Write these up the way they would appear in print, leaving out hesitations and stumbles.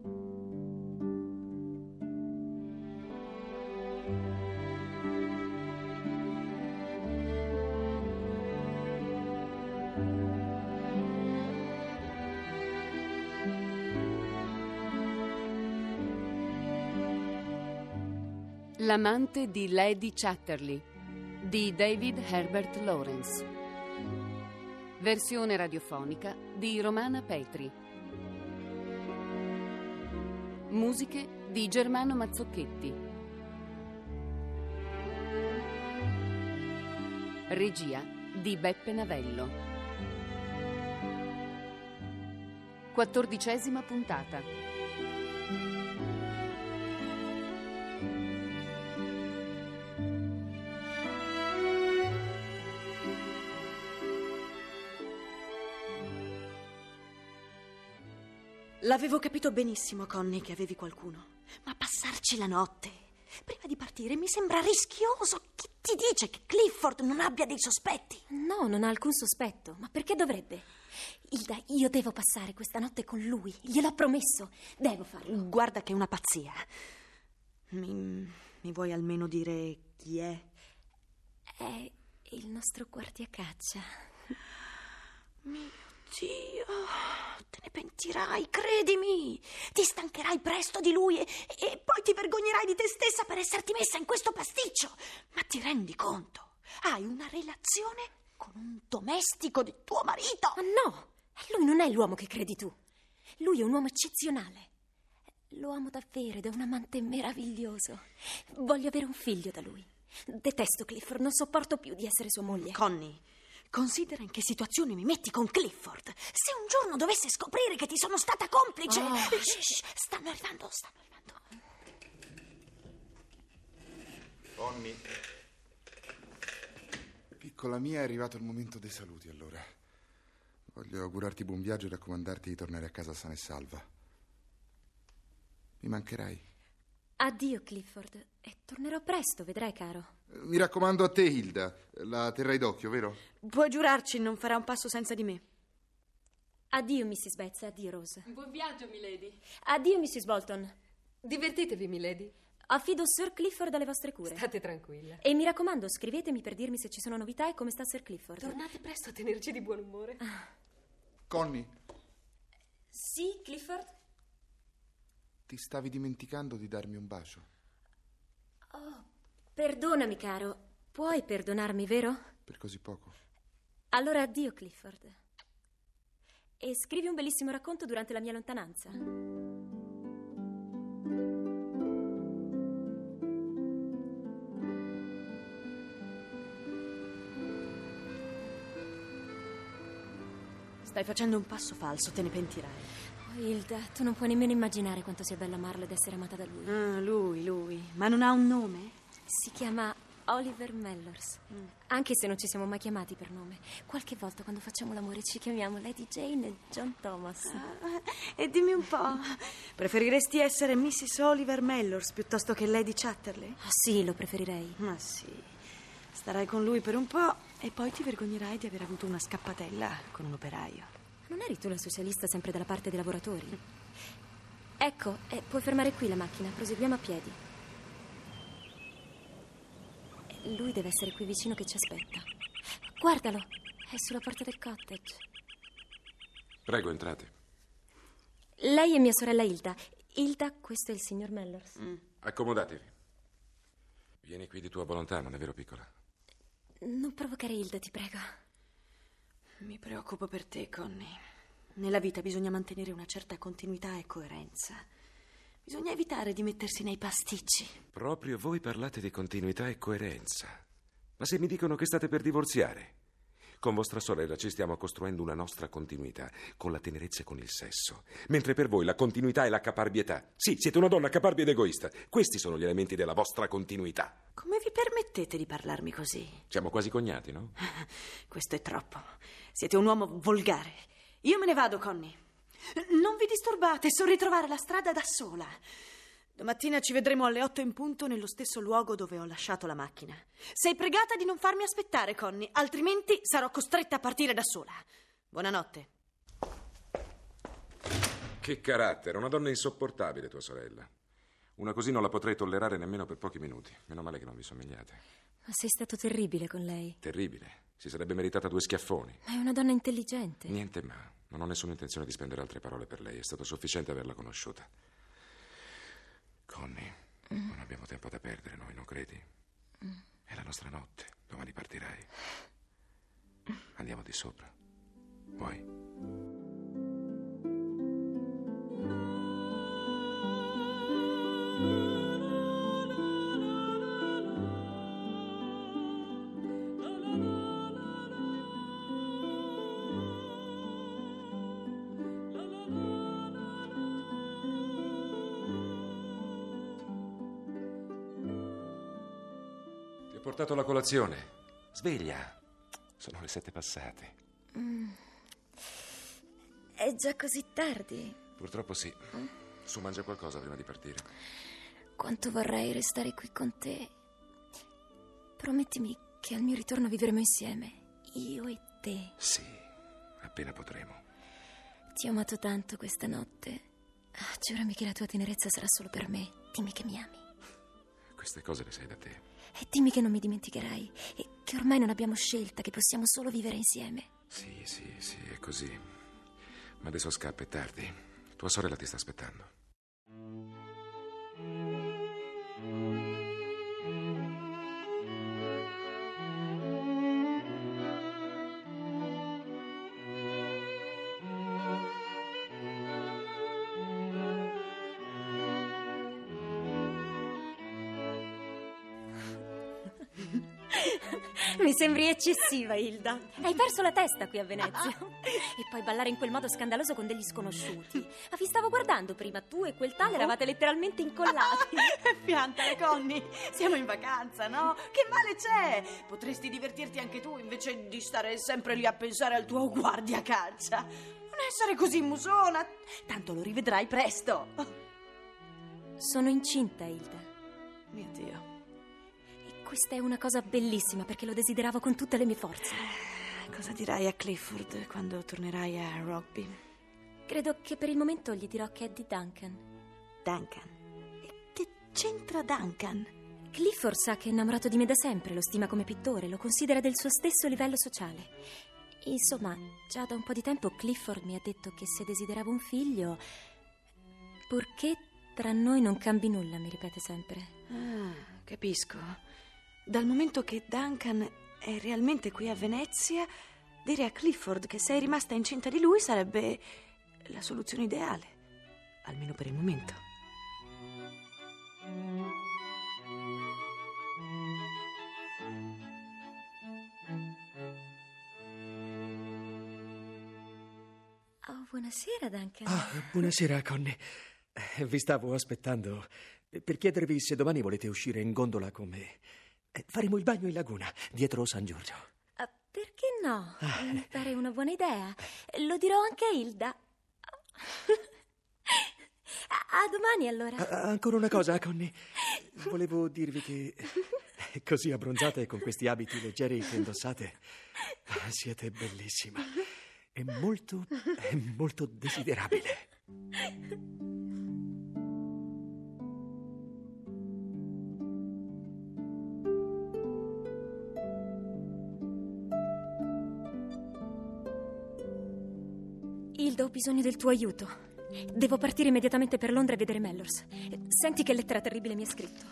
L'amante di Lady Chatterley di David Herbert Lawrence. Versione radiofonica di Romana Petri. Musiche di Germano Mazzocchetti. Regia di Beppe Navello. 14ª puntata. L'avevo capito benissimo, Connie, che avevi qualcuno. Ma passarci la notte, prima di partire, mi sembra rischioso. Chi ti dice che Clifford non abbia dei sospetti? No, non ha alcun sospetto. Ma perché dovrebbe? Hilda, io devo passare questa notte con lui. Gliel'ho promesso. Devo farlo. Guarda che è una pazzia. Mi vuoi almeno dire chi è? È il nostro guardiacaccia. Mio Dio, te ne pentirai, credimi. Ti stancherai presto di lui e poi ti vergognerai di te stessa per esserti messa in questo pasticcio. Ma ti rendi conto? Hai una relazione con un domestico di tuo marito. Ma no, lui non è l'uomo che credi tu. Lui è un uomo eccezionale. Lo amo davvero ed è un amante meraviglioso. Voglio avere un figlio da lui. Detesto Clifford, non sopporto più di essere sua moglie. Connie, considera in che situazione mi metti con Clifford. Se un giorno dovesse scoprire che ti sono stata complice... Shh, stanno arrivando. Connie. Piccola mia, è arrivato il momento dei saluti, allora. Voglio augurarti buon viaggio e raccomandarti di tornare a casa sana e salva. Mi mancherai. Addio, Clifford. E tornerò presto, vedrai, caro. Mi raccomando a te, Hilda. La terrai d'occhio, vero? Puoi giurarci, non farà un passo senza di me. Addio, Mrs. Betts. Addio, Rose. Buon viaggio, milady. Addio, Mrs. Bolton. Divertitevi, milady. Affido Sir Clifford alle vostre cure. State tranquilla. E mi raccomando, scrivetemi per dirmi se ci sono novità e come sta Sir Clifford. Tornate presto a tenerci di buon umore. Connie, Sì, Clifford? ti stavi dimenticando di darmi un bacio. Oh, perdonami, caro. Puoi perdonarmi, vero? Per così poco. Allora addio, Clifford. E scrivi un bellissimo racconto durante la mia lontananza. Stai facendo un passo falso, te ne pentirai. Oh, Hilda, tu non puoi nemmeno immaginare quanto sia bello amarlo ed essere amata da lui. Ah, lui. Ma non ha un nome? Si chiama Oliver Mellors. Anche se non ci siamo mai chiamati per nome. Qualche volta quando facciamo l'amore ci chiamiamo Lady Jane e John Thomas. E dimmi un po', preferiresti essere Mrs. Oliver Mellors piuttosto che Lady Chatterley? Oh, sì, lo preferirei. Ma sì, starai con lui per un po' e poi ti vergognerai di aver avuto una scappatella con un operaio. Non eri tu la socialista sempre dalla parte dei lavoratori? Ecco, puoi fermare qui la macchina, proseguiamo a piedi. Lui deve essere qui vicino che ci aspetta. Guardalo, è sulla porta del cottage. Prego, entrate. Lei è mia sorella Hilda. Hilda, questo è il signor Mellors. Accomodatevi. Vieni qui di tua volontà, non è vero, piccola? Non provocare Hilda, ti prego. Mi preoccupo per te, Connie. Nella vita bisogna mantenere una certa continuità e coerenza. Bisogna evitare di mettersi nei pasticci. Proprio voi parlate di continuità e coerenza. Ma se mi dicono che state per divorziare? Con vostra sorella ci stiamo costruendo una nostra continuità, con la tenerezza e con il sesso. Mentre per voi la continuità è la caparbietà. Sì, siete una donna caparbia ed egoista. Questi sono gli elementi della vostra continuità. Come vi permettete di parlarmi così? Siamo quasi cognati, no? Questo è troppo. Siete un uomo volgare. Io me ne vado, Connie. Non vi disturbate, so ritrovare la strada da sola. Domattina ci vedremo alle 8 in punto nello stesso luogo dove ho lasciato la macchina. Sei pregata di non farmi aspettare, Connie, altrimenti sarò costretta a partire da sola. Buonanotte. Che carattere, una donna insopportabile tua sorella. Una così non la potrei tollerare nemmeno per pochi minuti. Meno male che non vi somigliate. Ma sei stato terribile con lei. Terribile. Si sarebbe meritata 2 schiaffoni. Ma è una donna intelligente. Niente ma. Non ho nessuna intenzione di spendere altre parole per lei. È stato sufficiente averla conosciuta. Connie, non abbiamo tempo da perdere noi, non credi? È la nostra notte. Domani partirai. Andiamo di sopra. Vuoi? Ti ho portato la colazione. Sveglia. Sono le 7 passate. È già così tardi. Purtroppo sì. Su, mangia qualcosa prima di partire. Quanto vorrei restare qui con te. Promettimi che al mio ritorno vivremo insieme, io e te. Sì, appena potremo. Ti ho amato tanto questa notte. Giurami che la tua tenerezza sarà solo per me. Dimmi che mi ami. Queste cose le sai da te. E dimmi che non mi dimenticherai e che ormai non abbiamo scelta, che possiamo solo vivere insieme. Sì, è così. Ma adesso scappa, è tardi. Tua sorella ti sta aspettando. Mi sembri eccessiva, Hilda. Hai perso la testa qui a Venezia. E poi ballare in quel modo scandaloso con degli sconosciuti. Ma vi stavo guardando prima, tu e quel tale eravate letteralmente incollati. Piantale, Connie. Siamo in vacanza, no? Che male c'è? Potresti divertirti anche tu invece di stare sempre lì a pensare al tuo guardiacaccia. Non essere così musona. Tanto lo rivedrai presto. Sono incinta, Hilda. Mio Dio. Questa è una cosa bellissima perché lo desideravo con tutte le mie forze. Cosa dirai a Clifford quando tornerai a Rugby? Credo che per il momento gli dirò che è di Duncan. Duncan? E che c'entra Duncan? Clifford sa che è innamorato di me da sempre, lo stima come pittore, lo considera del suo stesso livello sociale. Insomma, già da un po' di tempo Clifford mi ha detto che se desideravo un figlio, purché tra noi non cambi nulla, mi ripete sempre. Ah, capisco. Dal momento che Duncan è realmente qui a Venezia, dire a Clifford che sei rimasta incinta di lui sarebbe la soluzione ideale, almeno per il momento. Oh, buonasera, Duncan. Buonasera, Connie. Vi stavo aspettando per chiedervi se domani volete uscire in gondola con me. Faremo il bagno in laguna, dietro San Giorgio. Perché no? Mi pare una buona idea. Lo dirò anche a Hilda. A domani, allora. Ancora una cosa, Connie. Volevo dirvi che così abbronzata e con questi abiti leggeri che indossate, siete bellissima. È molto desiderabile. Hilda, ho bisogno del tuo aiuto. Devo partire immediatamente per Londra e vedere Mellors. Senti che lettera terribile mi ha scritto.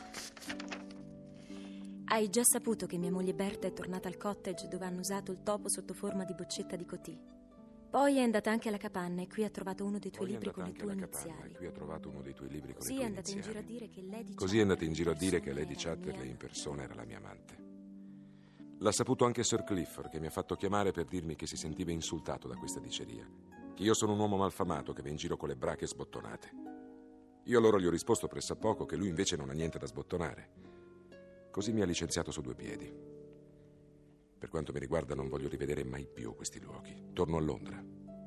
Hai già saputo che mia moglie Berta è tornata al cottage dove hanno usato il topo sotto forma di boccetta di Coty. Poi è andata anche alla capanna e qui ha trovato uno dei tuoi libri con le tue iniziali. Qui ha trovato uno dei tuoi libri con Così le tue è andata in iniziali. giro a dire che Lady Così è andata in giro a dire che Lady Chatterley in persona era la mia amante. L'ha saputo anche Sir Clifford, che mi ha fatto chiamare per dirmi che si sentiva insultato da questa diceria, che io sono un uomo malfamato che va in giro con le brache sbottonate. Io allora gli ho risposto pressappoco che lui invece non ha niente da sbottonare. Così mi ha licenziato su 2 piedi. Per quanto mi riguarda non voglio rivedere mai più questi luoghi. Torno a Londra.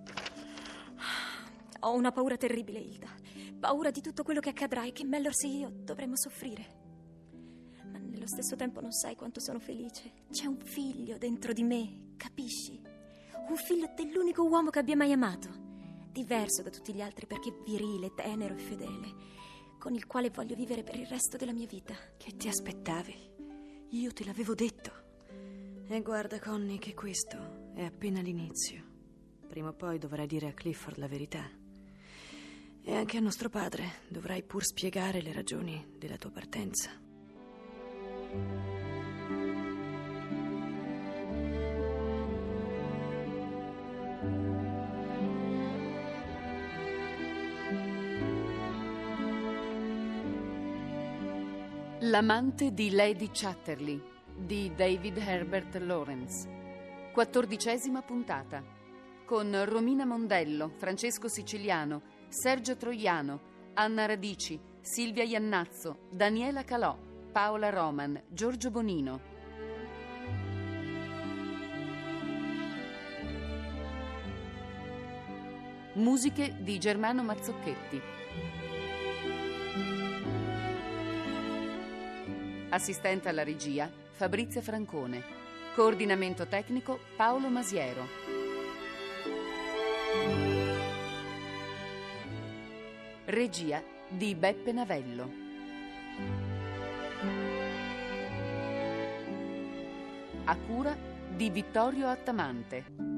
Ho una paura terribile, Hilda. Paura di tutto quello che accadrà e che Mellors e io dovremo soffrire. Ma nello stesso tempo non sai quanto sono felice. C'è un figlio dentro di me, capisci? Un figlio dell'unico uomo che abbia mai amato. diverso da tutti gli altri perché è virile, tenero e fedele, con il quale voglio vivere per il resto della mia vita. Che ti aspettavi? Io te l'avevo detto. E guarda, Connie, che questo è appena l'inizio. Prima o poi dovrai dire a Clifford la verità. E anche a nostro padre dovrai pur spiegare le ragioni della tua partenza. L'amante di Lady Chatterley di David Herbert Lawrence. 14ª puntata. Con Romina Mondello, Francesco Siciliano, Sergio Troiano, Anna Radici, Silvia Iannazzo, Daniela Calò, Paola Roman, Giorgio Bonino. Musiche di Germano Mazzocchetti. Assistente alla regia Fabrizia Francone. Coordinamento tecnico Paolo Masiero. Regia di Beppe Navello. A cura di Vittorio Attamante.